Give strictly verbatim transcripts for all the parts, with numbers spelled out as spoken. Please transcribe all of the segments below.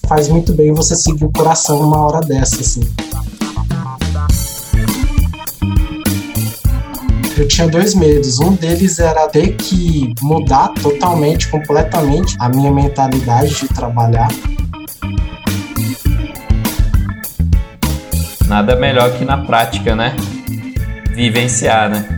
faz muito bem você seguir o coração numa hora dessa, assim. Eu tinha dois medos. Um deles era ter que mudar totalmente, completamente a minha mentalidade de trabalhar. Nada melhor que na prática, né? Vivenciar, né?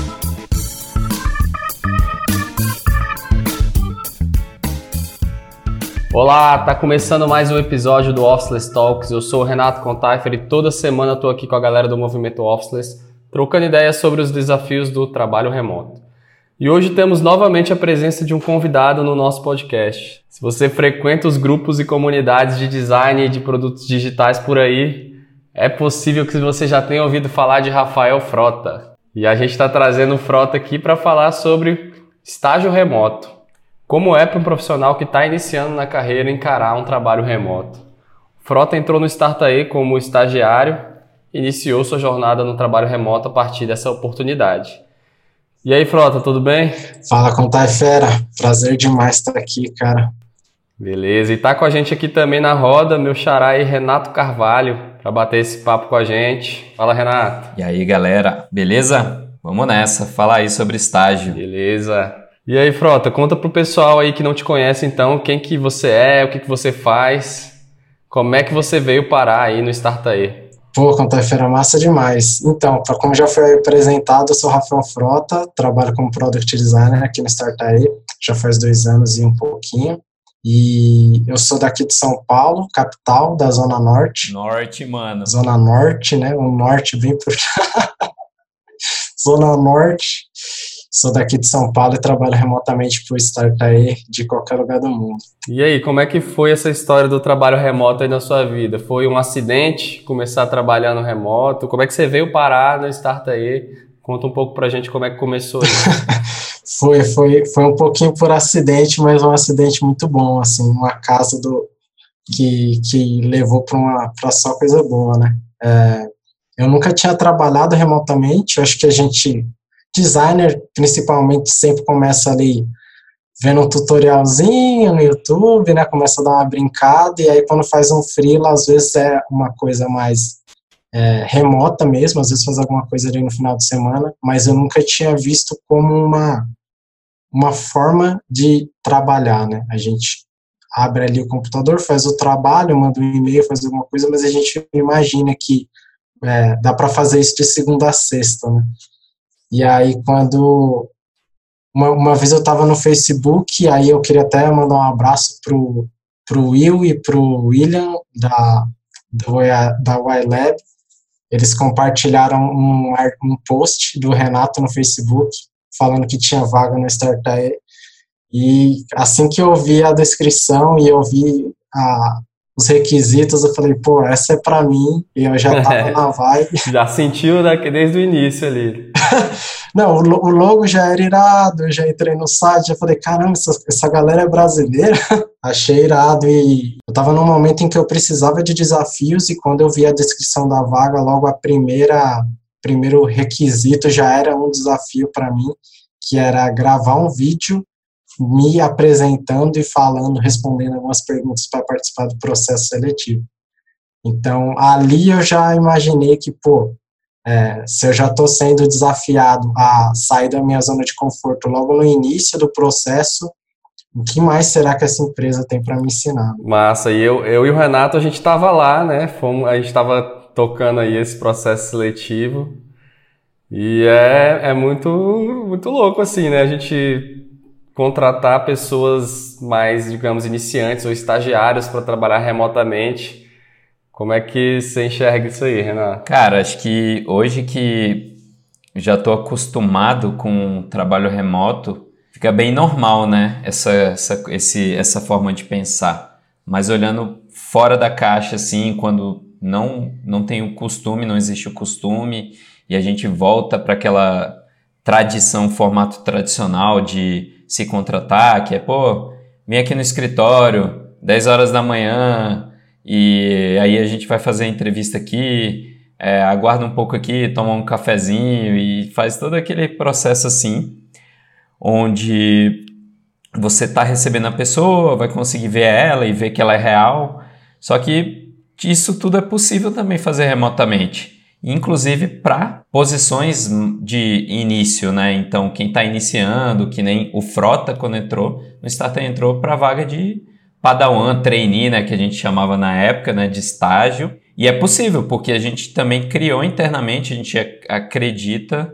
Olá, tá começando mais um episódio do Officeless Talks. Eu sou o Renato Contaifer e toda semana eu tô aqui com a galera do Movimento Officeless, trocando ideias sobre os desafios do trabalho remoto. E hoje temos novamente a presença de um convidado no nosso podcast. Se você frequenta os grupos e comunidades de design e de produtos digitais por aí, é possível que você já tenha ouvido falar de Rafael Frota. E a gente está trazendo o Frota aqui para falar sobre estágio remoto. Como é para um profissional que está iniciando na carreira encarar um trabalho remoto? Frota entrou no Startae como estagiário e iniciou sua jornada no trabalho remoto a partir dessa oportunidade. E aí, Frota, tudo bem? Fala, Contaifera. Prazer demais estar aqui, cara. Beleza. E tá com a gente aqui também na roda meu xará aí, Renato Carvalho, para bater esse papo com a gente. Fala, Renato. E aí, galera, beleza? Vamos nessa, falar aí sobre estágio. Beleza. E aí, Frota, conta pro pessoal aí que não te conhece, então, quem que você é, o que que você faz, como é que você veio parar aí no Startae? Pô, Contaifera, massa demais. Então, como já foi apresentado, eu sou Rafael Frota, trabalho como Product Designer aqui no Startae, já faz dois anos e um pouquinho. E eu sou daqui de São Paulo, capital da Zona Norte. Norte, mano. Zona Norte, né? O norte bem por... Zona Norte. Sou daqui de São Paulo e trabalho remotamente para o Startae de qualquer lugar do mundo. E aí, como é que foi essa história do trabalho remoto aí na sua vida? Foi um acidente começar a trabalhar no remoto? Como é que você veio parar no Startae? Conta um pouco pra gente como é que começou isso. foi, foi, foi um pouquinho por acidente, mas um acidente muito bom, assim, uma casa do, que, que levou para uma para só coisa boa, né? É, eu nunca tinha trabalhado remotamente, eu acho que a gente... Designer, principalmente, sempre começa ali vendo um tutorialzinho no YouTube, né, começa a dar uma brincada, e aí quando faz um freela, às vezes é uma coisa mais é, remota mesmo, às vezes faz alguma coisa ali no final de semana, mas eu nunca tinha visto como uma, uma forma de trabalhar, né, a gente abre ali o computador, faz o trabalho, manda um e-mail, faz alguma coisa, mas a gente imagina que é, dá para fazer isso de segunda a sexta, né. E aí, quando... Uma, uma vez eu estava no Facebook, aí eu queria até mandar um abraço pro, pro Will e pro William, da, da Y-Lab. Eles compartilharam um, um post do Renato no Facebook, falando que tinha vaga no Startae. E assim que eu vi a descrição e eu vi a... os requisitos, eu falei, pô, essa é pra mim, e eu já tava na vibe. Já sentiu daqui desde o início ali. Não, o logo já era irado, eu já entrei no site, já falei, caramba, essa, essa galera é brasileira. Achei irado e eu tava num momento em que eu precisava de desafios e quando eu vi a descrição da vaga, logo a primeira, primeiro requisito já era um desafio para mim, que era gravar um vídeo me apresentando e falando, respondendo algumas perguntas para participar do processo seletivo. Então, ali eu já imaginei que, pô, é, se eu já estou sendo desafiado a sair da minha zona de conforto logo no início do processo, o que mais será que essa empresa tem para me ensinar? Massa, e eu, eu e o Renato, a gente estava lá, né, Fomos, a gente estava tocando aí esse processo seletivo, e é, é muito, muito louco, assim, né, a gente... contratar pessoas mais, digamos, iniciantes ou estagiários para trabalhar remotamente. Como é que você enxerga isso aí, Renato? Cara, acho que hoje que já estou acostumado com o trabalho remoto, fica bem normal, né? Essa, essa, esse, essa forma de pensar. Mas olhando fora da caixa, assim, quando não, não tem o costume, não existe o costume, e a gente volta para aquela tradição, formato tradicional de se contratar, que é, pô, vem aqui no escritório, dez horas da manhã, e aí a gente vai fazer a entrevista aqui, é, aguarda um pouco aqui, toma um cafezinho e faz todo aquele processo assim, onde você está recebendo a pessoa, vai conseguir ver ela e ver que ela é real, Só que isso tudo é possível também fazer remotamente, inclusive para posições de início, né? Então, quem está iniciando, que nem o Frota, quando entrou, no Starter entrou para a vaga de Padawan, trainee, né? Que a gente chamava na época, né? De estágio. E é possível, porque a gente também criou internamente, a gente acredita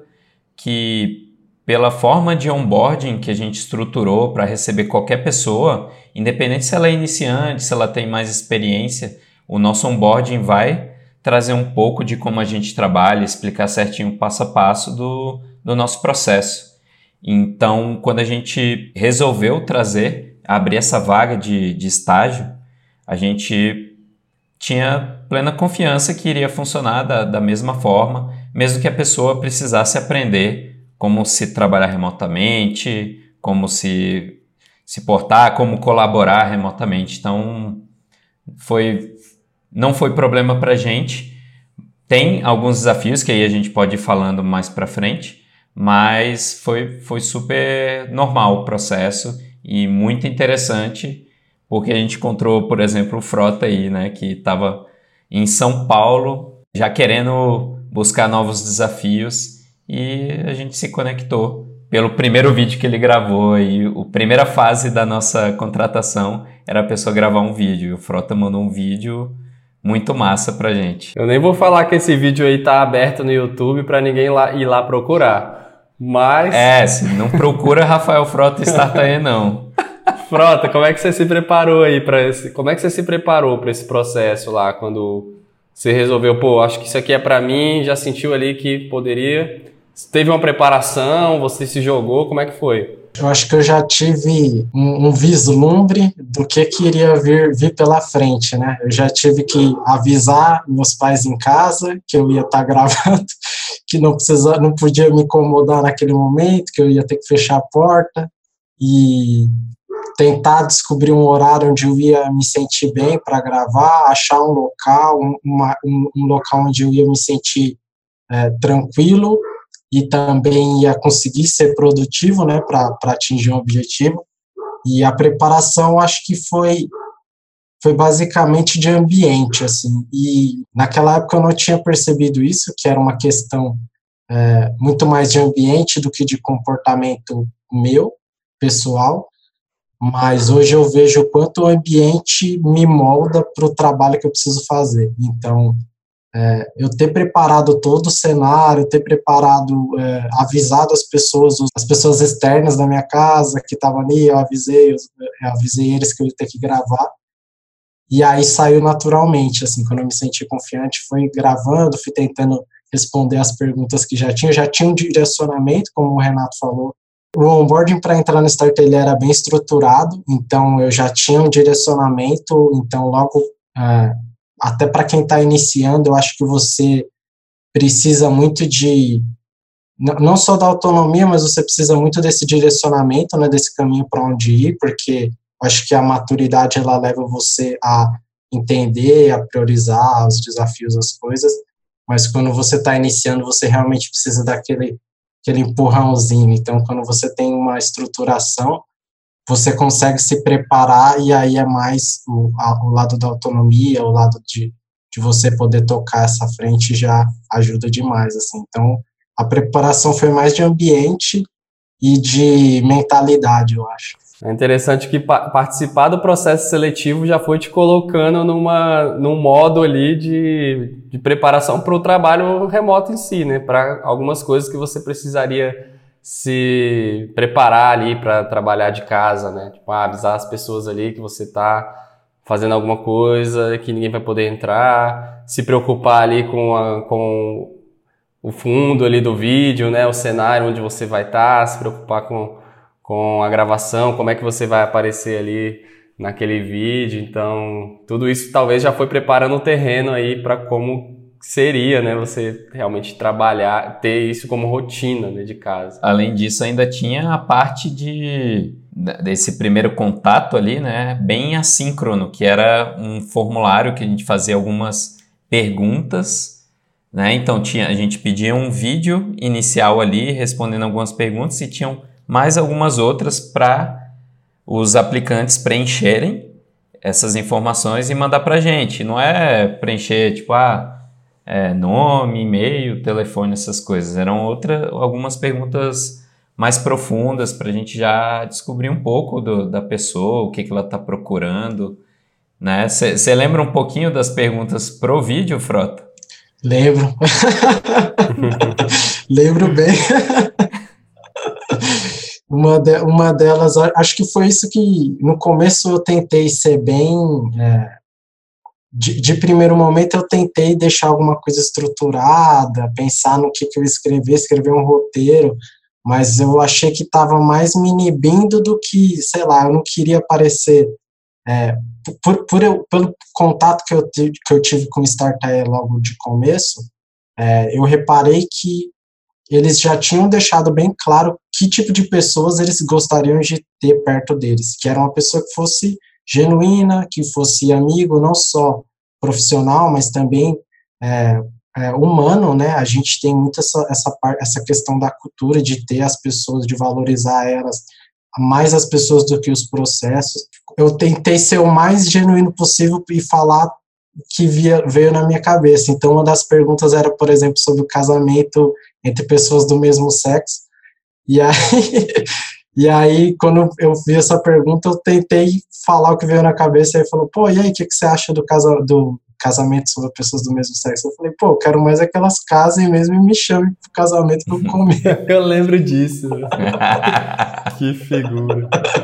que pela forma de onboarding que a gente estruturou para receber qualquer pessoa, independente se ela é iniciante, se ela tem mais experiência, o nosso onboarding vai trazer um pouco de como a gente trabalha, explicar certinho passo a passo do, do nosso processo. Então, quando a gente resolveu trazer, abrir essa vaga de, de estágio, a gente tinha plena confiança que iria funcionar da, da mesma forma, mesmo que a pessoa precisasse aprender como se trabalhar remotamente, como se, se portar, como colaborar remotamente. Então, foi... não foi problema para a gente. Tem alguns desafios que aí a gente pode ir falando mais para frente, mas foi, foi super normal o processo e muito interessante, porque a gente encontrou, por exemplo, o Frota aí, né, que estava em São Paulo, já querendo buscar novos desafios, e a gente se conectou pelo primeiro vídeo que ele gravou. E a primeira fase da nossa contratação era a pessoa gravar um vídeo. O Frota mandou um vídeo muito massa pra gente. Eu nem vou falar que esse vídeo aí tá aberto no YouTube pra ninguém lá, ir lá procurar, mas... É, se não procura Rafael Frota Starter não. Frota, como é que você se preparou aí para esse... Como é que você se preparou para esse processo lá, quando você resolveu, pô, acho que isso aqui é pra mim, já sentiu ali que poderia... Teve uma preparação, você se jogou, como é que foi? Eu acho que eu já tive um, um vislumbre do que, que iria vir, vir pela frente, né? Eu já tive que avisar meus pais em casa que eu ia estar gravando, que não, precisa, não podia me incomodar naquele momento, que eu ia ter que fechar a porta e tentar descobrir um horário onde eu ia me sentir bem para gravar, achar um local, um, uma, um, um local onde eu ia me sentir é, tranquilo e também ia conseguir ser produtivo, né, para atingir um objetivo. E a preparação, acho que foi, foi basicamente de ambiente, assim, e naquela época eu não tinha percebido isso, que era uma questão é, muito mais de ambiente do que de comportamento meu, pessoal, mas hoje eu vejo o quanto o ambiente me molda para o trabalho que eu preciso fazer. Então, É, eu ter preparado todo o cenário, ter preparado, é, avisado as pessoas, as pessoas externas da minha casa que estavam ali, eu avisei, eu avisei eles que eu ia ter que gravar, e aí saiu naturalmente, assim, quando eu me senti confiante, fui gravando, fui tentando responder as perguntas que já tinha, já tinha um direcionamento, como o Renato falou. O onboarding para entrar no Starter ele era bem estruturado, então eu já tinha um direcionamento, então logo... É, até para quem está iniciando, eu acho que você precisa muito de, não só da autonomia, mas você precisa muito desse direcionamento, né, desse caminho para onde ir, porque eu acho que a maturidade ela leva você a entender, a priorizar os desafios, as coisas, mas quando você está iniciando, você realmente precisa daquele aquele empurrãozinho. Então, quando você tem uma estruturação, você consegue se preparar e aí é mais o, a, o lado da autonomia, o lado de, de você poder tocar essa frente já ajuda demais, assim. Então, a preparação foi mais de ambiente e de mentalidade, eu acho. É interessante que pa- participar do processo seletivo já foi te colocando numa, num modo ali de, de preparação para o trabalho remoto em si, né? Para algumas coisas que você precisaria se preparar ali para trabalhar de casa, né? Tipo, ah, avisar as pessoas ali que você está fazendo alguma coisa, que ninguém vai poder entrar, se preocupar ali com, a, com o fundo ali do vídeo, né? O cenário onde você vai estar, se preocupar com, com a gravação, como é que você vai aparecer ali naquele vídeo. Então, tudo isso talvez já foi preparando o terreno aí para como seria, né, você realmente trabalhar, ter isso como rotina, né, de casa. Além disso, ainda tinha a parte de desse primeiro contato ali, né, bem assíncrono, que era um formulário que a gente fazia algumas perguntas, né, então tinha, a gente pedia um vídeo inicial ali, respondendo algumas perguntas, e tinham mais algumas outras para os aplicantes preencherem, essas informações e mandar pra gente. Não é preencher, tipo, ah, é, nome, e-mail, telefone, essas coisas. Eram outra, algumas perguntas mais profundas para a gente já descobrir um pouco do, da pessoa, o que, que ela está procurando, né? Você lembra um pouquinho das perguntas pro vídeo, Frota? Lembro. Lembro bem. Uma, de, uma delas, acho que foi isso que no começo eu tentei ser bem... É, de, de primeiro momento eu tentei deixar alguma coisa estruturada, pensar no que, que eu escrevi, escrever um roteiro, mas eu achei que estava mais me inibindo do que, sei lá, eu não queria parecer... É, por, por eu, pelo contato que eu, tive, que eu tive com o Startae logo de começo, é, eu reparei que eles já tinham deixado bem claro que tipo de pessoas eles gostariam de ter perto deles, que era uma pessoa que fosse genuína, que fosse amigo, não só profissional, mas também é, é, humano, né? A gente tem muito essa, essa, essa questão da cultura, de ter as pessoas, de valorizar elas, mais as pessoas do que os processos. Eu tentei ser o mais genuíno possível e falar o que via, veio na minha cabeça. Então, uma das perguntas era, por exemplo, sobre o casamento entre pessoas do mesmo sexo. E aí, e aí quando eu vi essa pergunta, eu tentei falar o que veio na cabeça. E aí falou, pô, e aí, o que, que você acha do, casa, do casamento sobre pessoas do mesmo sexo? Eu falei, pô, eu quero mais é que elas casem mesmo e me chamem pro casamento pra eu comer. Eu lembro disso. Que figura.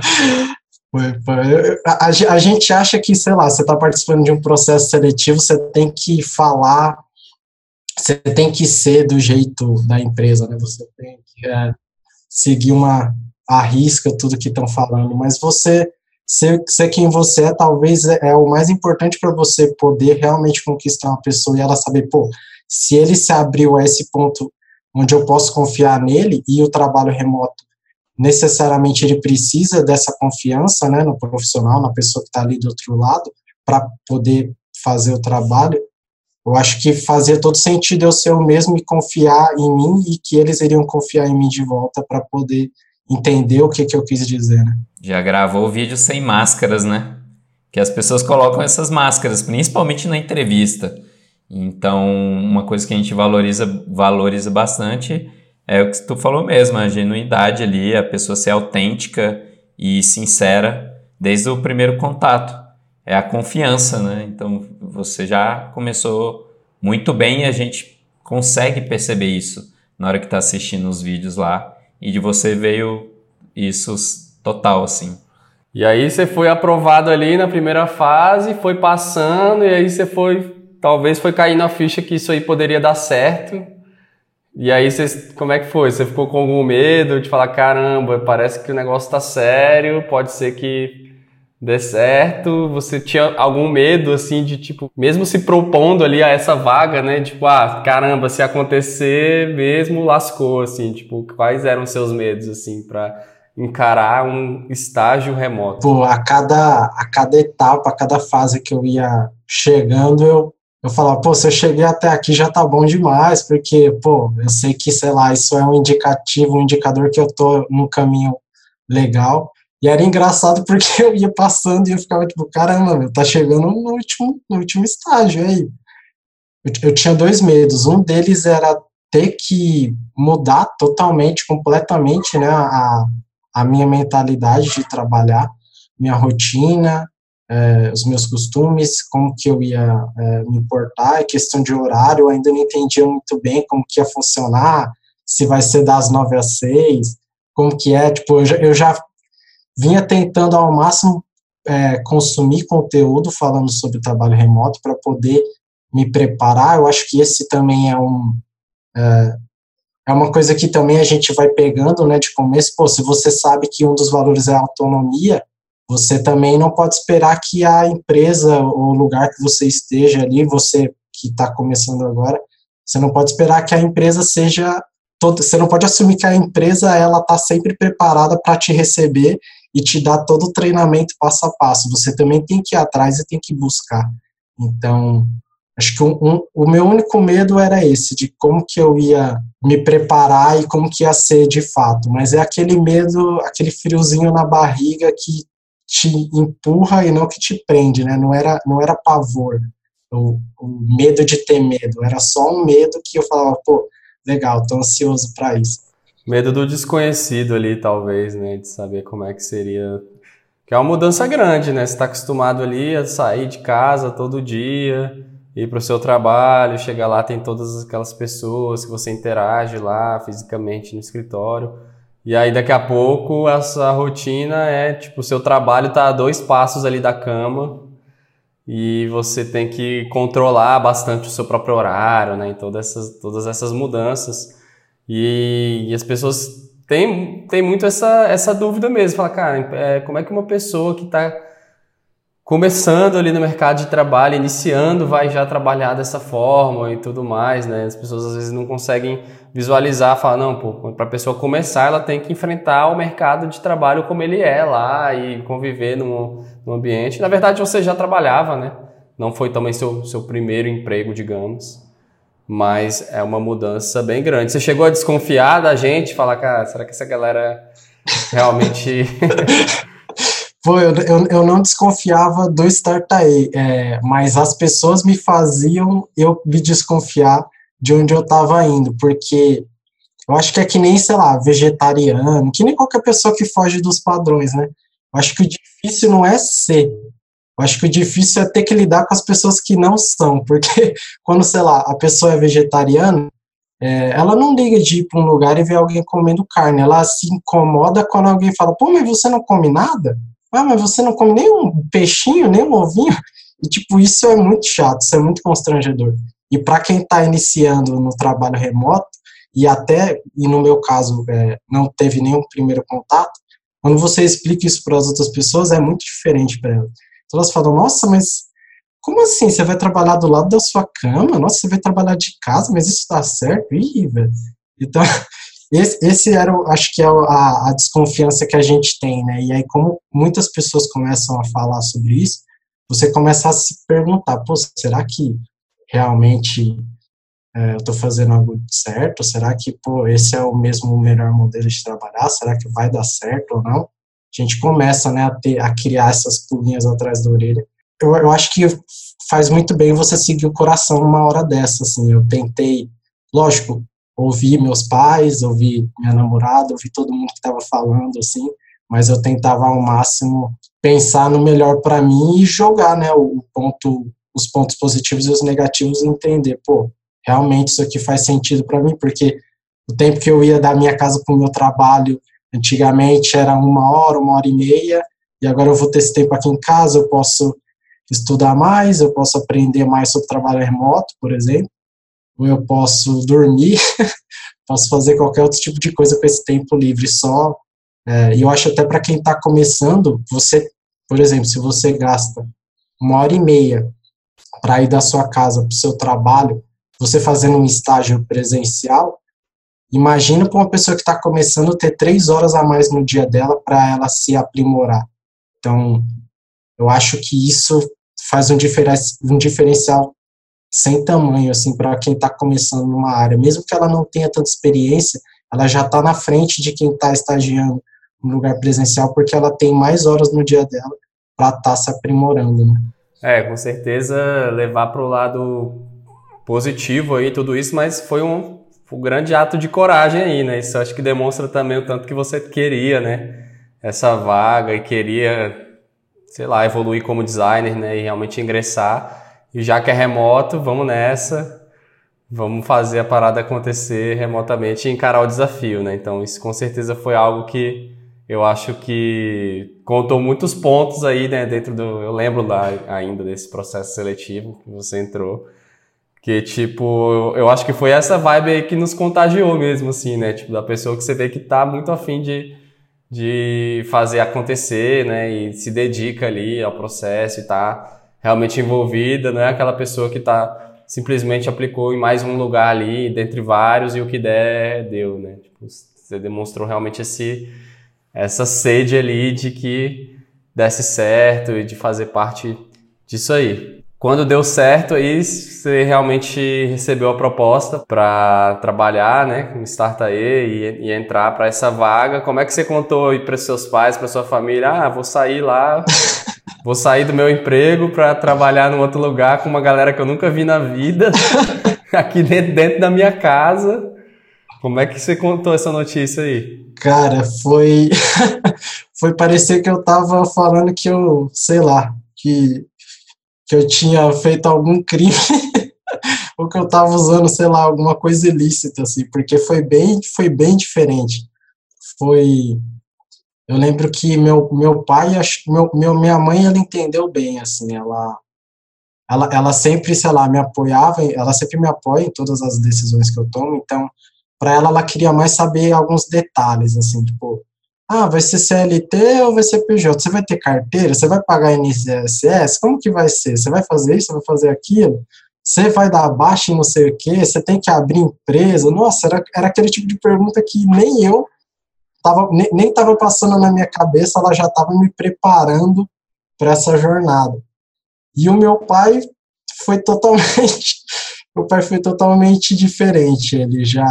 A, a gente acha que, sei lá, você está participando de um processo seletivo, você tem que falar, você tem que ser do jeito da empresa, né? Você tem que é, seguir uma a risca tudo que estão falando, mas você ser, ser quem você é, talvez é, é o mais importante para você poder realmente conquistar uma pessoa e ela saber, pô, se ele se abriu a esse ponto onde eu posso confiar nele e o trabalho remoto necessariamente ele precisa dessa confiança, né, no profissional, na pessoa que está ali do outro lado, para poder fazer o trabalho. Eu acho que fazia todo sentido eu ser o mesmo e confiar em mim e que eles iriam confiar em mim de volta para poder entender o que, que eu quis dizer, né. Já gravou o vídeo sem máscaras, né? Que as pessoas colocam essas máscaras, principalmente na entrevista. Então, uma coisa que a gente valoriza, valoriza bastante é o que tu falou mesmo, a genuidade ali, a pessoa ser autêntica e sincera desde o primeiro contato. É a confiança, né? Então, você já começou muito bem e a gente consegue perceber isso na hora que tá assistindo os vídeos lá. E de você veio isso total, assim. E aí você foi aprovado ali na primeira fase, foi passando, e aí você foi, talvez foi caindo a ficha que isso aí poderia dar certo. E aí, você, como é que foi? Você ficou com algum medo de falar, caramba, parece que o negócio tá sério, pode ser que dê certo? Você tinha algum medo, assim, de, tipo, mesmo se propondo ali a essa vaga, né? Tipo, ah, caramba, se acontecer mesmo, lascou, assim. Tipo, quais eram os seus medos, assim, pra encarar um estágio remoto? Pô, a cada, a cada etapa, a cada fase que eu ia chegando, eu Eu falava, pô, se eu cheguei até aqui já tá bom demais, porque, pô, eu sei que, sei lá, isso é um indicativo, um indicador que eu tô num caminho legal. E era engraçado porque eu ia passando e eu ficava tipo, caramba, meu, tá chegando no último, no último estágio aí. Eu, eu tinha dois medos. Um deles era ter que mudar totalmente, completamente, né, a, a minha mentalidade de trabalhar, minha rotina, É, os meus costumes, como que eu ia é, me importar, questão de horário, eu ainda não entendia muito bem como que ia funcionar, se vai ser das nove às seis, como que é, tipo, eu já, eu já vinha tentando ao máximo é, consumir conteúdo falando sobre trabalho remoto para poder me preparar. Eu acho que esse também é um é, é uma coisa que também a gente vai pegando, né, de começo. Pô, se você sabe que um dos valores é a autonomia, você também não pode esperar que a empresa ou o lugar que você esteja ali, você que está começando agora, você não pode esperar que a empresa seja, todo, você não pode assumir que a empresa ela está sempre preparada para te receber e te dar todo o treinamento passo a passo. Você também tem que ir atrás e tem que buscar. Então, acho que um, um, o meu único medo era esse, de como que eu ia me preparar e como que ia ser de fato. Mas é aquele medo, aquele friozinho na barriga que te empurra e não que te prende, né? Não era, não era pavor, o, o medo de ter medo, era só um medo que eu falava, pô, legal, tô ansioso para isso. Medo do desconhecido ali, talvez, né? De saber como é que seria. Que é uma mudança grande, né? Você está acostumado ali a sair de casa todo dia, ir para o seu trabalho, chegar lá, tem todas aquelas pessoas que você interage lá fisicamente no escritório. E aí, daqui a pouco, essa rotina é, tipo, o seu trabalho tá a dois passos ali da cama e você tem que controlar bastante o seu próprio horário, né? E todas essas, todas essas mudanças. E, e as pessoas têm, têm muito essa, essa dúvida mesmo. Fala, cara, é, como é que uma pessoa que está começando ali no mercado de trabalho, iniciando, vai já trabalhar dessa forma e tudo mais, né? As pessoas às vezes não conseguem visualizar, falar, não, pô, para a pessoa começar, ela tem que enfrentar o mercado de trabalho como ele é lá e conviver num, num ambiente. Na verdade, você já trabalhava, né? Não foi também seu, seu primeiro emprego, digamos. Mas é uma mudança bem grande. Você chegou a desconfiar da gente? Falar, cara, será que essa galera realmente... Pô, eu, eu, eu não desconfiava do Startae, é, mas as pessoas me faziam eu me desconfiar de onde eu estava indo, porque eu acho que é que nem, sei lá, vegetariano, que nem qualquer pessoa que foge dos padrões, né? Eu acho que o difícil não é ser, eu acho que o difícil é ter que lidar com as pessoas que não são, porque quando, sei lá, a pessoa é vegetariana, é, ela não liga de ir para um lugar e ver alguém comendo carne, ela se incomoda quando alguém fala, pô, mas você não come nada? Ah, mas você não come nem um peixinho, nem um ovinho? E, tipo, isso é muito chato, isso é muito constrangedor. E para quem está iniciando no trabalho remoto, e até, e no meu caso, é, não teve nenhum primeiro contato, quando você explica isso para as outras pessoas, é muito diferente para elas. Então elas falam, nossa, mas como assim? Você vai trabalhar do lado da sua cama? Nossa, você vai trabalhar de casa, mas isso dá certo? Ih, velho. Então, esse, esse era, acho que é a, a desconfiança que a gente tem, né? E aí, como muitas pessoas começam a falar sobre isso, você começa a se perguntar, pô, será que realmente é, eu estou fazendo algo certo? Será que, pô, esse é o mesmo o melhor modelo de trabalhar? Será que vai dar certo ou não? A gente começa, né, a, ter, a criar essas pulguinhas atrás da orelha. Eu, eu acho que faz muito bem você seguir o coração numa hora dessa, assim. Eu tentei, lógico, ouvir meus pais, ouvir minha namorada, ouvir todo mundo que estava falando, assim, mas eu tentava ao máximo pensar no melhor para mim e jogar, né, o ponto, os pontos positivos e os negativos e entender, pô, realmente isso aqui faz sentido para mim, porque o tempo que eu ia da minha casa para o meu trabalho, antigamente era uma hora, uma hora e meia, e agora eu vou ter esse tempo aqui em casa, eu posso estudar mais, eu posso aprender mais sobre trabalho remoto, por exemplo, ou eu posso dormir, posso fazer qualquer outro tipo de coisa com esse tempo livre só. É, e eu acho até para quem está começando, você, por exemplo, se você gasta uma hora e meia para ir da sua casa para o seu trabalho, você fazendo um estágio presencial, imagina para uma pessoa que está começando ter três horas a mais no dia dela para ela se aprimorar. Então, eu acho que isso faz um, diferen- um diferencial sem tamanho, assim, para quem está começando numa área. Mesmo que ela não tenha tanta experiência, ela já está na frente de quem está estagiando no lugar presencial, porque ela tem mais horas no dia dela para estar tá se aprimorando, né? É, com certeza levar para o lado positivo aí tudo isso, mas foi um, um grande ato de coragem aí, né? Isso acho que demonstra também o tanto que você queria, né? Essa vaga e queria, sei lá, evoluir como designer, né? E realmente ingressar. E já que é remoto, vamos nessa, vamos fazer a parada acontecer remotamente e encarar o desafio, né? Então isso com certeza foi algo que eu acho que contou muitos pontos aí, né? Dentro do, eu lembro lá ainda desse processo seletivo que você entrou, que tipo, eu acho que foi essa vibe aí que nos contagiou mesmo, assim, né? Tipo, da pessoa que você vê que tá muito afim de, de fazer acontecer, né? E se dedica ali ao processo e tá realmente envolvida, não é aquela pessoa que tá simplesmente aplicou em mais um lugar ali, dentre vários, e o que der, deu, né? Tipo, você demonstrou realmente esse, essa sede ali de que desse certo e de fazer parte disso aí. Quando deu certo, aí você realmente recebeu a proposta para trabalhar, né, com Startae e, e entrar para essa vaga. Como é que você contou aí para seus pais, para sua família? Ah, vou sair lá, vou sair do meu emprego para trabalhar num outro lugar com uma galera que eu nunca vi na vida, aqui dentro, dentro da minha casa. Como é que você contou essa notícia aí? Cara, foi foi parecer que eu tava falando que eu, sei lá, que, que eu tinha feito algum crime ou que eu tava usando, sei lá, alguma coisa ilícita, assim, porque foi bem, foi bem diferente. Foi, eu lembro que meu, meu pai, acho, meu, meu, minha mãe, ela entendeu bem, assim, ela, ela, ela sempre, sei lá, me apoiava, ela sempre me apoia em todas as decisões que eu tomo, então, para ela, ela queria mais saber alguns detalhes, assim, tipo, ah, vai ser C L T ou vai ser P J? Você vai ter carteira? Você vai pagar I N S S? Como que vai ser? Você vai fazer isso? Vai fazer aquilo? Você vai dar baixa em não sei o quê? Você tem que abrir empresa? Nossa, era, era aquele tipo de pergunta que nem eu tava, nem, nem tava passando na minha cabeça, ela já estava me preparando para essa jornada. E o meu pai foi totalmente, meu pai foi totalmente diferente. Ele já,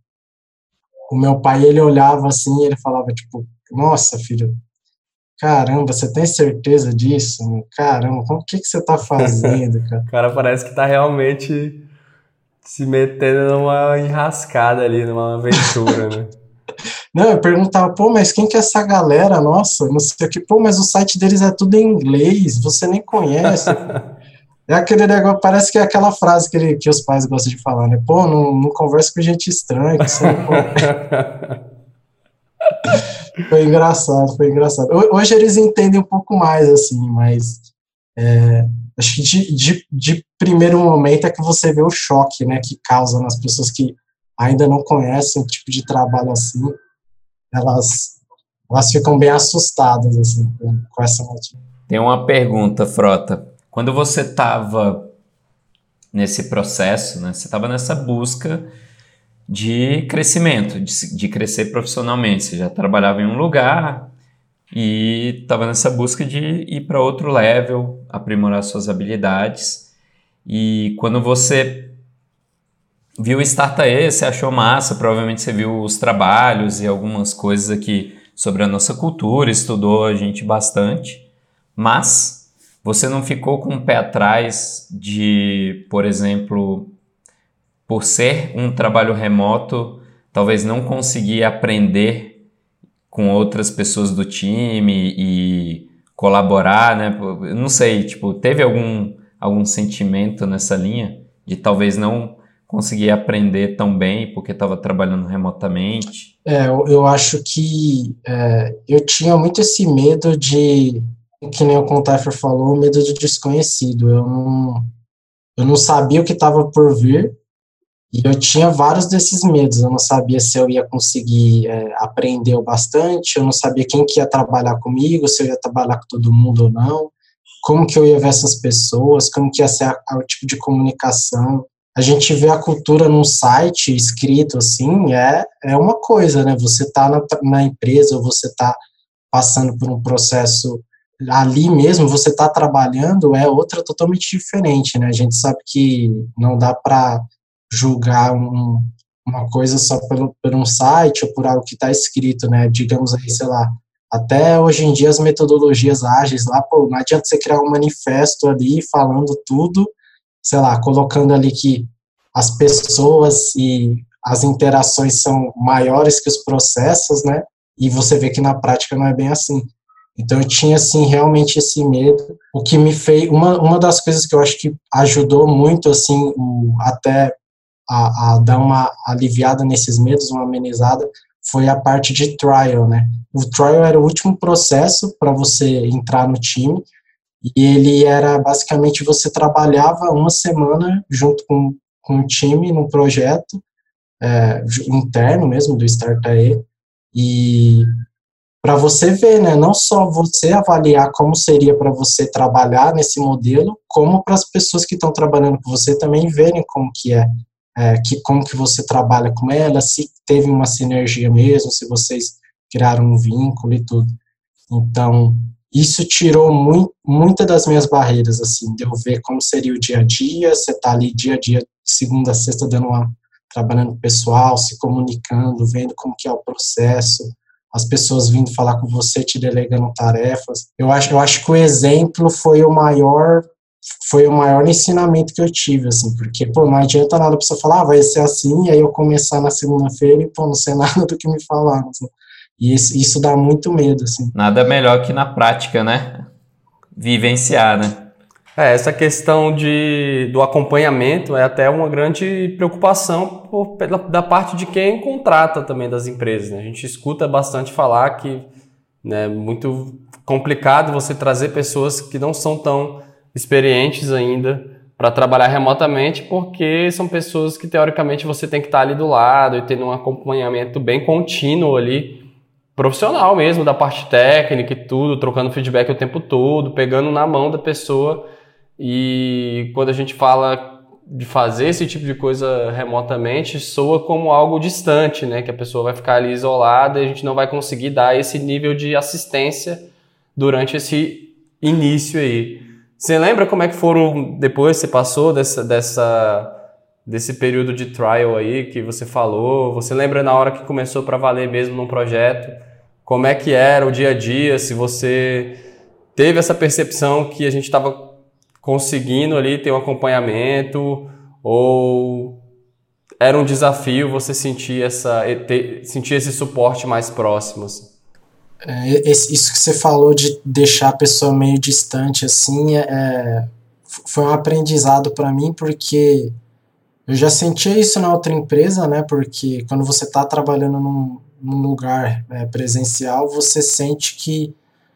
o meu pai, ele olhava assim, ele falava tipo, nossa, filho, caramba, você tem certeza disso? Caramba, como que que você tá fazendo, cara? O cara parece que tá realmente se metendo numa enrascada ali, numa aventura, né? Não, eu perguntava, pô, mas quem que é essa galera? Nossa, não sei o que, pô, mas o site deles é tudo em inglês, você nem conhece. É aquele negócio, parece que é aquela frase que, ele, que os pais gostam de falar, né? Pô, não, não conversa com gente estranha, que você não conhece. Foi engraçado, foi engraçado. Hoje eles entendem um pouco mais, assim, mas é, acho que de, de, de primeiro momento é que você vê o choque, né, que causa nas pessoas que ainda não conhecem o tipo de trabalho assim, elas, elas ficam bem assustadas, assim, com, com essa notícia. Tem uma pergunta, Frota. Quando você estava nesse processo, né, você estava nessa busca de crescimento, de, de crescer profissionalmente. Você já trabalhava em um lugar e estava nessa busca de ir para outro level, aprimorar suas habilidades. E quando você viu o Startae, você achou massa, provavelmente você viu os trabalhos e algumas coisas aqui sobre a nossa cultura, estudou a gente bastante, mas você não ficou com o pé atrás de, por exemplo, por ser um trabalho remoto, talvez não conseguir aprender com outras pessoas do time e colaborar, né? Eu não sei, tipo, teve algum, algum sentimento nessa linha de talvez não conseguir aprender tão bem porque estava trabalhando remotamente? É, eu, eu acho que é, eu tinha muito esse medo de, que nem o Contaifer falou, o medo do desconhecido. Eu não, eu não sabia o que estava por vir. E eu tinha vários desses medos, eu não sabia se eu ia conseguir é, aprender o bastante, eu não sabia quem que ia trabalhar comigo, se eu ia trabalhar com todo mundo ou não, como que eu ia ver essas pessoas, como que ia ser a, a, o tipo de comunicação. A gente vê a cultura num site escrito assim, é, é uma coisa, né? Você tá na, na empresa, ou você tá passando por um processo ali mesmo, você tá trabalhando, é outra totalmente diferente, né? A gente sabe que não dá para julgar um, uma coisa só pelo, por um site ou por algo que está escrito, né? Digamos aí, sei lá, até hoje em dia as metodologias ágeis lá, pô, não adianta você criar um manifesto ali falando tudo, sei lá, colocando ali que as pessoas e as interações são maiores que os processos, né? E você vê que na prática não é bem assim. Então eu tinha, assim, realmente esse medo, o que me fez, uma, uma das coisas que eu acho que ajudou muito, assim, o, até A, a dar uma aliviada nesses medos, uma amenizada, foi a parte de trial, né? O trial era o último processo para você entrar no time, e ele era basicamente você trabalhava uma semana junto com, com o time num projeto é, interno mesmo do Startae, e para você ver, né? Não só você avaliar como seria para você trabalhar nesse modelo, como para as pessoas que estão trabalhando com você também verem como que é. É, que, como que você trabalha com ela, se teve uma sinergia mesmo, se vocês criaram um vínculo e tudo. Então, isso tirou muito, muitas das minhas barreiras, assim, de eu ver como seria o dia a dia, você tá ali dia a dia, segunda a sexta, dando uma, trabalhando com o pessoal, se comunicando, vendo como que é o processo, as pessoas vindo falar com você, te delegando tarefas. Eu acho, eu acho que o exemplo foi o maior, foi o maior ensinamento que eu tive, assim, porque, pô, não adianta nada a pessoa falar, ah, vai ser assim, e aí eu começar na segunda-feira e, pô, não sei nada do que me falaram, assim. E isso, isso dá muito medo, assim. Nada melhor que na prática, né? Vivenciar, né? É, essa questão de, do acompanhamento é até uma grande preocupação por, da parte de quem contrata também das empresas, né? A gente escuta bastante falar que né, é muito complicado você trazer pessoas que não são tão experientes ainda para trabalhar remotamente, porque são pessoas que teoricamente você tem que estar ali do lado e tendo um acompanhamento bem contínuo ali, profissional mesmo, da parte técnica e tudo, trocando feedback o tempo todo, pegando na mão da pessoa. E quando a gente fala de fazer esse tipo de coisa remotamente, soa como algo distante, né? Que a pessoa vai ficar ali isolada e a gente não vai conseguir dar esse nível de assistência durante esse início aí. Você lembra como é que foram, depois você passou dessa, dessa, desse período de trial aí que você falou? Você lembra na hora que começou para valer mesmo num projeto? Como é que era o dia a dia? Se você teve essa percepção que a gente estava conseguindo ali ter um acompanhamento, ou era um desafio você sentir, essa, ter, sentir esse suporte mais próximo? Assim? É, isso que você falou de deixar a pessoa meio distante, assim, é, foi um aprendizado para mim, porque eu já sentia isso na outra empresa, né? Porque quando você está trabalhando num, num lugar é, presencial, você sente que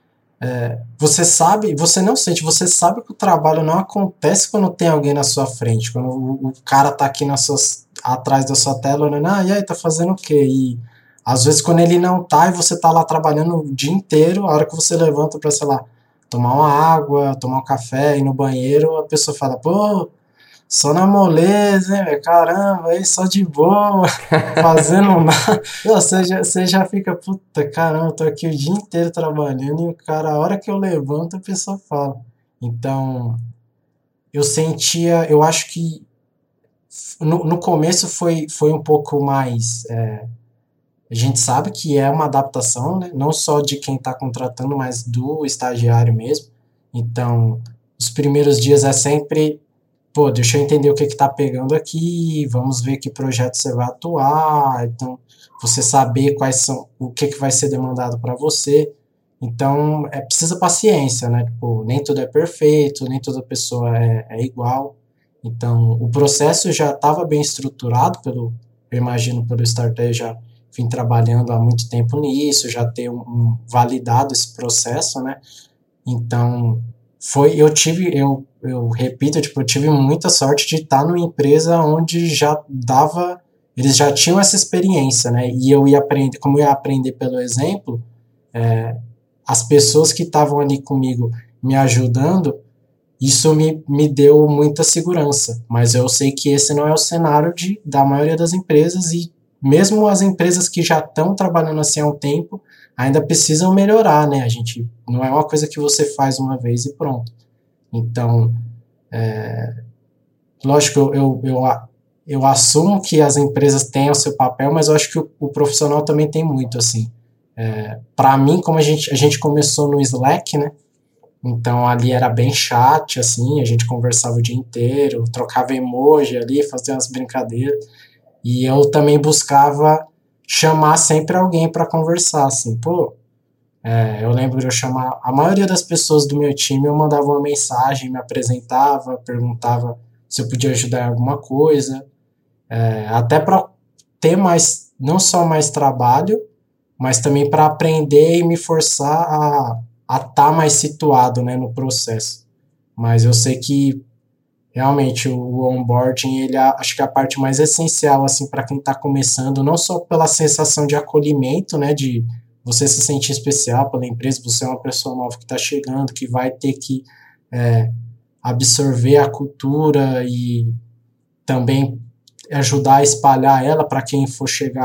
É, você sabe, você não sente, você sabe que o trabalho não acontece quando tem alguém na sua frente, quando o, o cara tá aqui na sua, atrás da sua tela olhando, ah, e aí, tá fazendo o quê? E às vezes quando ele não tá e você tá lá trabalhando o dia inteiro, a hora que você levanta pra, sei lá, tomar uma água, tomar um café, ir no banheiro, a pessoa fala, pô, só na moleza, hein, velho? Caramba, aí só de boa, fazendo nada. Você já, você já fica, puta, caramba, eu tô aqui o dia inteiro trabalhando e o cara, a hora que eu levanto, a pessoa fala. Então, eu sentia, eu acho que no, no começo foi, foi um pouco mais. É, a gente sabe que é uma adaptação, né? Não só de quem está contratando, mas do estagiário mesmo. Então, os primeiros dias é sempre pô, deixa eu entender o que está pegando aqui, vamos ver que projeto você vai atuar, então você saber quais são, o que, que vai ser demandado para você. Então, é, precisa paciência, né? Tipo, nem tudo é perfeito, nem toda pessoa é, é igual. Então, o processo já estava bem estruturado, pelo, eu imagino, pelo Startup, já vim trabalhando há muito tempo nisso, já ter um, um validado esse processo, né? Então, foi, eu tive, eu, eu repito, tipo, eu tive muita sorte de estar numa empresa onde já dava, eles já tinham essa experiência, né? E eu ia aprender, como eu ia aprender pelo exemplo, é, as pessoas que estavam ali comigo me ajudando, isso me, me deu muita segurança. Mas eu sei que esse não é o cenário de, da maioria das empresas e mesmo as empresas que já estão trabalhando assim há um tempo, ainda precisam melhorar, né? A gente não é uma coisa que você faz uma vez e pronto. Então, é, lógico, eu, eu, eu, eu assumo que as empresas têm o seu papel, mas eu acho que o, o profissional também tem muito, assim. É, para mim, como a gente, a gente começou no Slack, né? Então, ali era bem chat, assim, a gente conversava o dia inteiro, trocava emoji ali, fazia umas brincadeiras. E eu também buscava chamar sempre alguém para conversar, assim, pô, é, eu lembro de eu chamar, a maioria das pessoas do meu time, eu mandava uma mensagem, me apresentava, perguntava se eu podia ajudar em alguma coisa, é, até para ter mais, não só mais trabalho, mas também para aprender e me forçar a a estar tá mais situado, né, no processo. Mas eu sei que realmente o onboarding, ele é, acho que é a parte mais essencial assim para quem está começando, não só pela sensação de acolhimento, né, de você se sentir especial pela empresa, você é uma pessoa nova que está chegando, que vai ter que é, absorver a cultura e também ajudar a espalhar ela para quem for chegar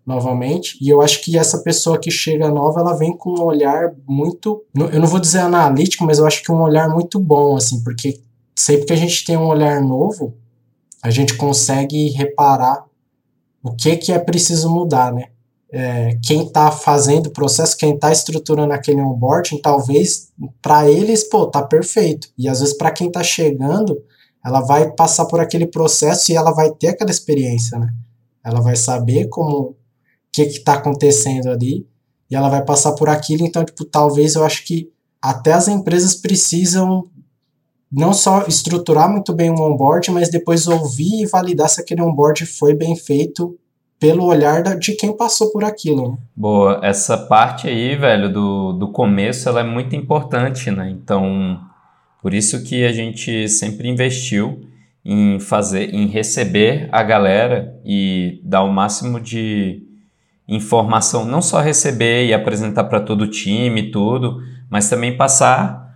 novamente, e eu acho que essa pessoa que chega nova, ela vem com um olhar muito, eu não vou dizer analítico, mas eu acho que um olhar muito bom, assim, porque sempre que a gente tem um olhar novo, a gente consegue reparar o que que é preciso mudar, né? É, quem está fazendo o processo, quem está estruturando aquele onboarding, talvez para eles, pô, tá perfeito. E às vezes para quem está chegando, ela vai passar por aquele processo e ela vai ter aquela experiência, né? Ela vai saber como, o que que está acontecendo ali e ela vai passar por aquilo. Então, tipo, talvez eu acho que até as empresas precisam não só estruturar muito bem o onboard, mas depois ouvir e validar se aquele onboard foi bem feito pelo olhar da, de quem passou por aquilo. Né? Boa, essa parte aí, velho, do, do começo, ela é muito importante, né? Então, por isso que a gente sempre investiu em fazer, em receber a galera e dar o máximo de informação, não só receber e apresentar para todo o time e tudo, mas também passar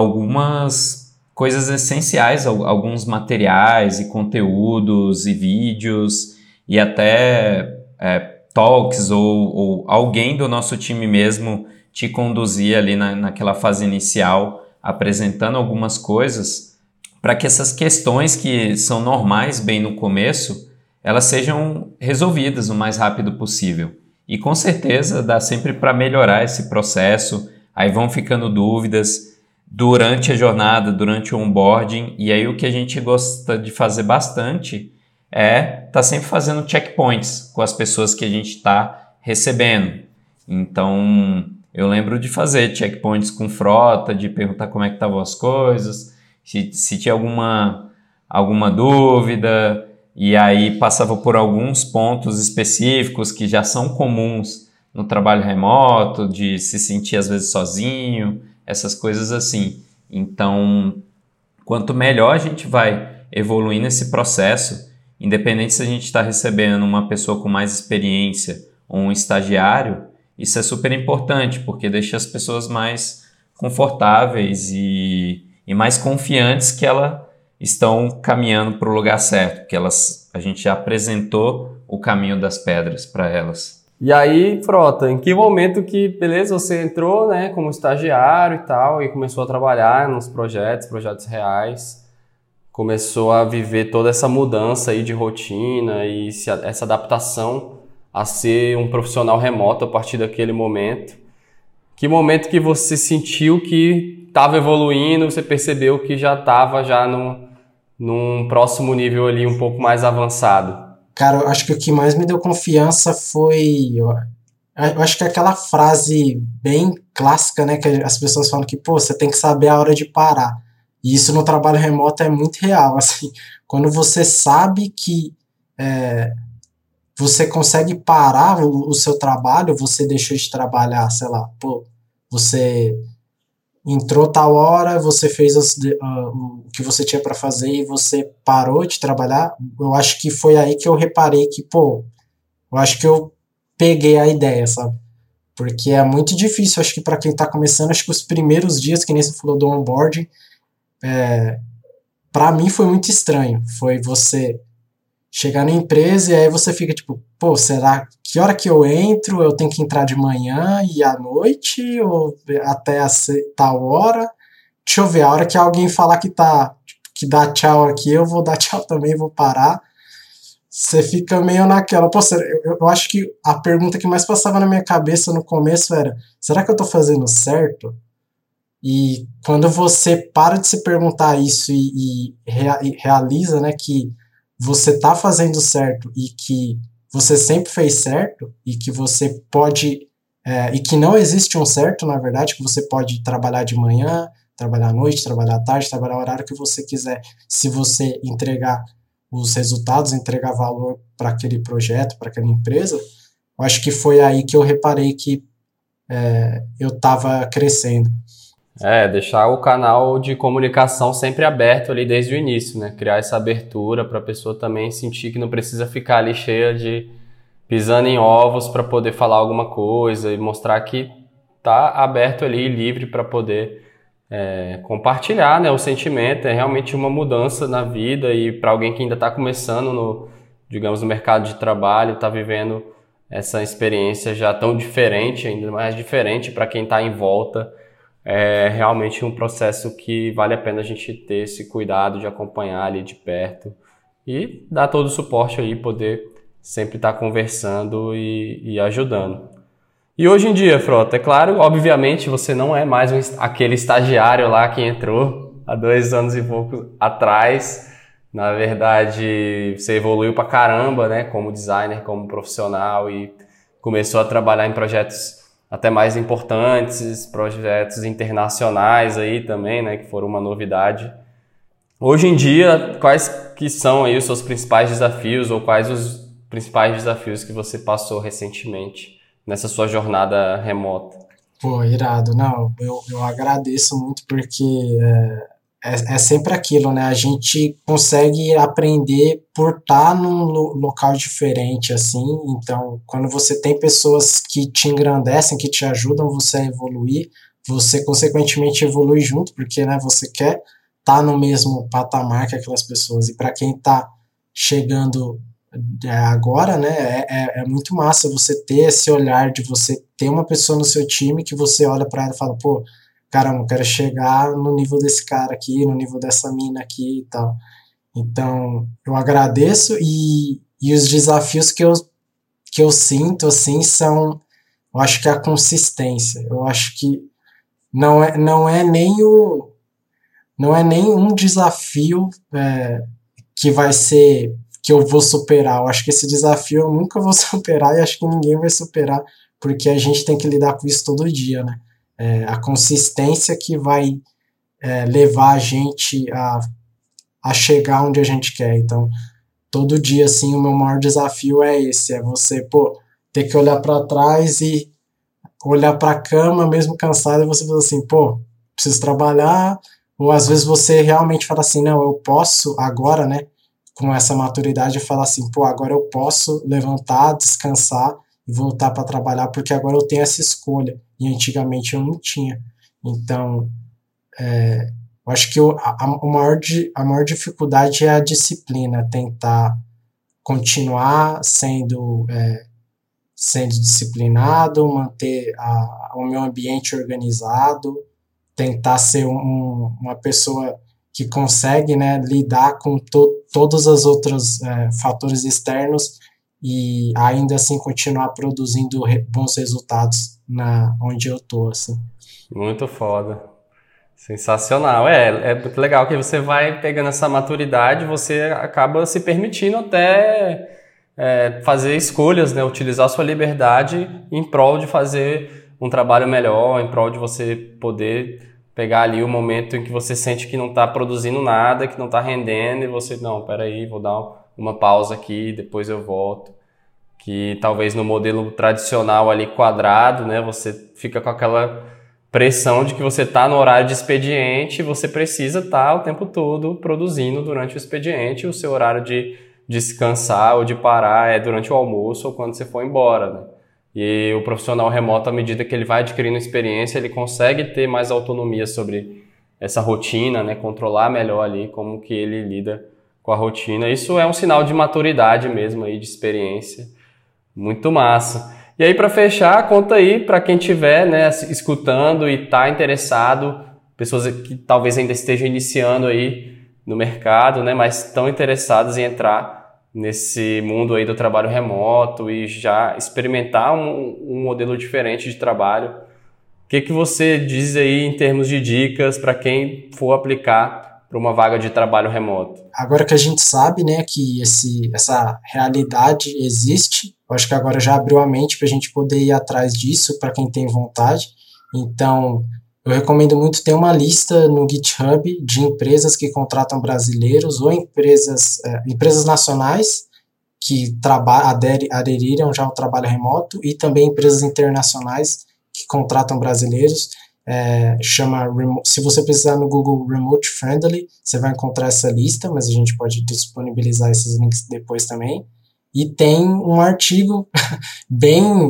algumas coisas essenciais, alguns materiais e conteúdos e vídeos e até é, talks ou, ou alguém do nosso time mesmo te conduzir ali na, naquela fase inicial, apresentando algumas coisas para que essas questões que são normais bem no começo, elas sejam resolvidas o mais rápido possível. E com certeza dá sempre para melhorar esse processo, aí vão ficando dúvidas durante a jornada, durante o onboarding, e aí o que a gente gosta de fazer bastante é estar tá sempre fazendo checkpoints com as pessoas que a gente está recebendo. Então, eu lembro de fazer checkpoints com frota, de perguntar como é que estavam as coisas, se, se tinha alguma, alguma dúvida, e aí passava por alguns pontos específicos que já são comuns no trabalho remoto, de se sentir às vezes sozinho, essas coisas assim. Então, quanto melhor a gente vai evoluir nesse processo, independente se a gente está recebendo uma pessoa com mais experiência ou um estagiário, isso é super importante, porque deixa as pessoas mais confortáveis e, e mais confiantes que elas estão caminhando para o lugar certo, que elas, a gente já apresentou o caminho das pedras para elas. E aí, Frota, em que momento que, beleza, você entrou, né, como estagiário e tal, e começou a trabalhar nos projetos, projetos reais, começou a viver toda essa mudança aí de rotina e se, essa adaptação a ser um profissional remoto a partir daquele momento? Que momento que você sentiu que estava evoluindo, você percebeu que já estava já num, num próximo nível ali um pouco mais avançado? Cara, eu acho que o que mais me deu confiança foi... Eu, eu acho que é aquela frase bem clássica, né? Que as pessoas falam que, pô, você tem que saber a hora de parar. E isso no trabalho remoto é muito real, assim. Quando você sabe que é, você consegue parar o, o seu trabalho, você deixou de trabalhar, sei lá, pô, você... entrou tal hora, você fez as, uh, o que você tinha para fazer e você parou de trabalhar. Eu acho que foi aí que eu reparei que, pô, eu acho que eu peguei a ideia, sabe? Porque é muito difícil, acho que para quem tá começando, acho que os primeiros dias, que nem você falou do onboarding, é, para mim foi muito estranho. Foi você chegar na empresa e aí você fica tipo, pô, será que hora que eu entro? Eu tenho que entrar de manhã e à noite? Ou até a tal hora? Deixa eu ver, a hora que alguém falar que tá, que dá tchau aqui, eu vou dar tchau também, vou parar. Você fica meio naquela, pô, eu, eu acho que a pergunta que mais passava na minha cabeça no começo era, será que eu tô fazendo certo? E quando você para de se perguntar isso e, e, rea, e realiza, né, que você está fazendo certo e que você sempre fez certo e que você pode, é, e que não existe um certo, na verdade, que você pode trabalhar de manhã, trabalhar à noite, trabalhar à tarde, trabalhar o horário que você quiser, se você entregar os resultados, entregar valor para aquele projeto, para aquela empresa. Eu acho que foi aí que eu reparei que é, eu estava crescendo. É, deixar o canal de comunicação sempre aberto ali desde o início, né? Criar essa abertura para a pessoa também sentir que não precisa ficar ali cheia de pisando em ovos para poder falar alguma coisa e mostrar que tá aberto ali, livre para poder é, compartilhar, né, o sentimento. É realmente uma mudança na vida e para alguém que ainda está começando no, digamos, no mercado de trabalho, está vivendo essa experiência já tão diferente, ainda mais diferente para quem está em volta. É realmente um processo que vale a pena a gente ter esse cuidado de acompanhar ali de perto e dar todo o suporte aí, poder sempre estar conversando e, e ajudando. E hoje em dia, Frota, é claro, obviamente você não é mais um, aquele estagiário lá que entrou há dois anos e pouco atrás. Na verdade, você evoluiu pra caramba, né, como designer, como profissional, e começou a trabalhar em projetos até mais importantes, projetos internacionais aí também, né, que foram uma novidade. Hoje em dia, quais que são aí os seus principais desafios, ou quais os principais desafios que você passou recentemente nessa sua jornada remota? Pô, irado. Não, eu, eu agradeço muito porque é, é, é sempre aquilo, né? A gente consegue aprender por estar num lo- local diferente, assim. Então, quando você tem pessoas que te engrandecem, que te ajudam você a evoluir, você consequentemente evolui junto, porque, né, você quer estar no mesmo patamar que aquelas pessoas. E para quem está chegando é, agora, né, é, é, é muito massa você ter esse olhar de você ter uma pessoa no seu time que você olha para ela e fala, pô, caramba, eu quero chegar no nível desse cara aqui, no nível dessa mina aqui e tal. Então, eu agradeço e, e os desafios que eu, que eu sinto, assim, são, eu acho que a consistência. Eu acho que não é, não é nem o, não é nem um desafio é, que vai ser, que eu vou superar. Eu acho que esse desafio eu nunca vou superar e acho que ninguém vai superar, porque a gente tem que lidar com isso todo dia, né? É, a consistência que vai é, levar a gente a, a chegar onde a gente quer. Então, todo dia, assim, o meu maior desafio é esse, é você, pô, ter que olhar para trás e olhar para a cama, mesmo cansado, e você fala assim, pô, preciso trabalhar, ou às vezes você realmente fala assim, não, eu posso agora, né, com essa maturidade, falar assim, pô, agora eu posso levantar, descansar e voltar para trabalhar, porque agora eu tenho essa escolha, e antigamente eu não tinha. Então, eu acho que o, a, a, maior, a maior dificuldade é a disciplina, tentar continuar sendo, é, sendo disciplinado, manter a, o meu ambiente organizado, tentar ser um, uma pessoa que consegue, né, lidar com to, todos os outros é, fatores externos e ainda assim continuar produzindo re, bons resultados na onde eu tô, assim. Muito foda. Sensacional. É, é muito legal que você vai pegando essa maturidade, você acaba se permitindo até é, fazer escolhas, né? Utilizar a sua liberdade em prol de fazer um trabalho melhor, em prol de você poder pegar ali o momento em que você sente que não está produzindo nada, que não está rendendo, e você, não, peraí, vou dar uma pausa aqui, depois eu volto. Que talvez no modelo tradicional ali quadrado, né? Você fica com aquela pressão de que você está no horário de expediente e você precisa estar o tempo todo produzindo durante o expediente, o seu horário de descansar ou de parar é durante o almoço ou quando você for embora, né? E o profissional remoto, à medida que ele vai adquirindo experiência, ele consegue ter mais autonomia sobre essa rotina, né? Controlar melhor ali como que ele lida com a rotina. Isso é um sinal de maturidade mesmo, aí, de experiência. Muito massa. E aí, para fechar, conta aí para quem estiver, né, escutando e está interessado, pessoas que talvez ainda estejam iniciando aí no mercado, né, mas estão interessadas em entrar nesse mundo aí do trabalho remoto e já experimentar um, um modelo diferente de trabalho. O que que você diz aí em termos de dicas para quem for aplicar para uma vaga de trabalho remoto? Agora que a gente sabe, né, que esse, essa realidade existe, eu acho que agora já abriu a mente para a gente poder ir atrás disso, para quem tem vontade. Então, eu recomendo muito ter uma lista no GitHub de empresas que contratam brasileiros ou empresas, é, empresas nacionais que traba- aderi- aderiram já ao trabalho remoto e também empresas internacionais que contratam brasileiros. É, chama, se você precisar no Google Remote Friendly, você vai encontrar essa lista, mas a gente pode disponibilizar esses links depois também. E tem um artigo bem,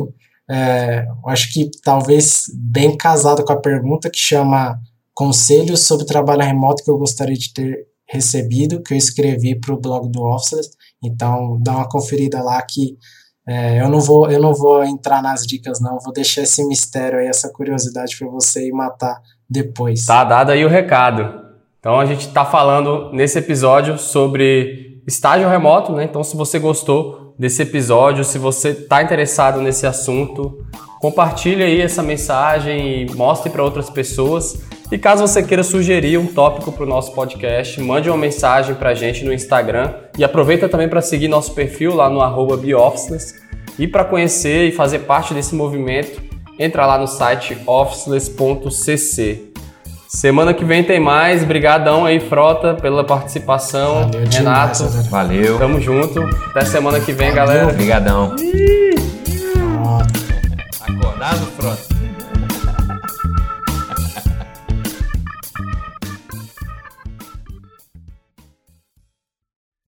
é, acho que talvez bem casado com a pergunta, que chama Conselhos sobre Trabalho Remoto que eu gostaria de ter recebido, que eu escrevi para o blog do Officeless. Então, dá uma conferida lá que É, eu, não vou, eu não vou entrar nas dicas, não. Vou deixar esse mistério aí, essa curiosidade para você ir matar depois. Tá dado aí o recado. Então a gente está falando nesse episódio sobre estágio remoto, né? Então se você gostou desse episódio, se você está interessado nesse assunto, compartilhe aí essa mensagem e mostre para outras pessoas. E caso você queira sugerir um tópico para o nosso podcast, mande uma mensagem para a gente no Instagram e aproveita também para seguir nosso perfil lá no arroba beofficeless. E para conhecer e fazer parte desse movimento, entra lá no site officeless ponto c c. Semana que vem tem mais. Brigadão aí, Frota, pela participação. Valeu, Renato, demais, valeu. Tamo junto. Até semana que vem, Valeu. galera. Obrigadão. Pronto. Acordado, Frota?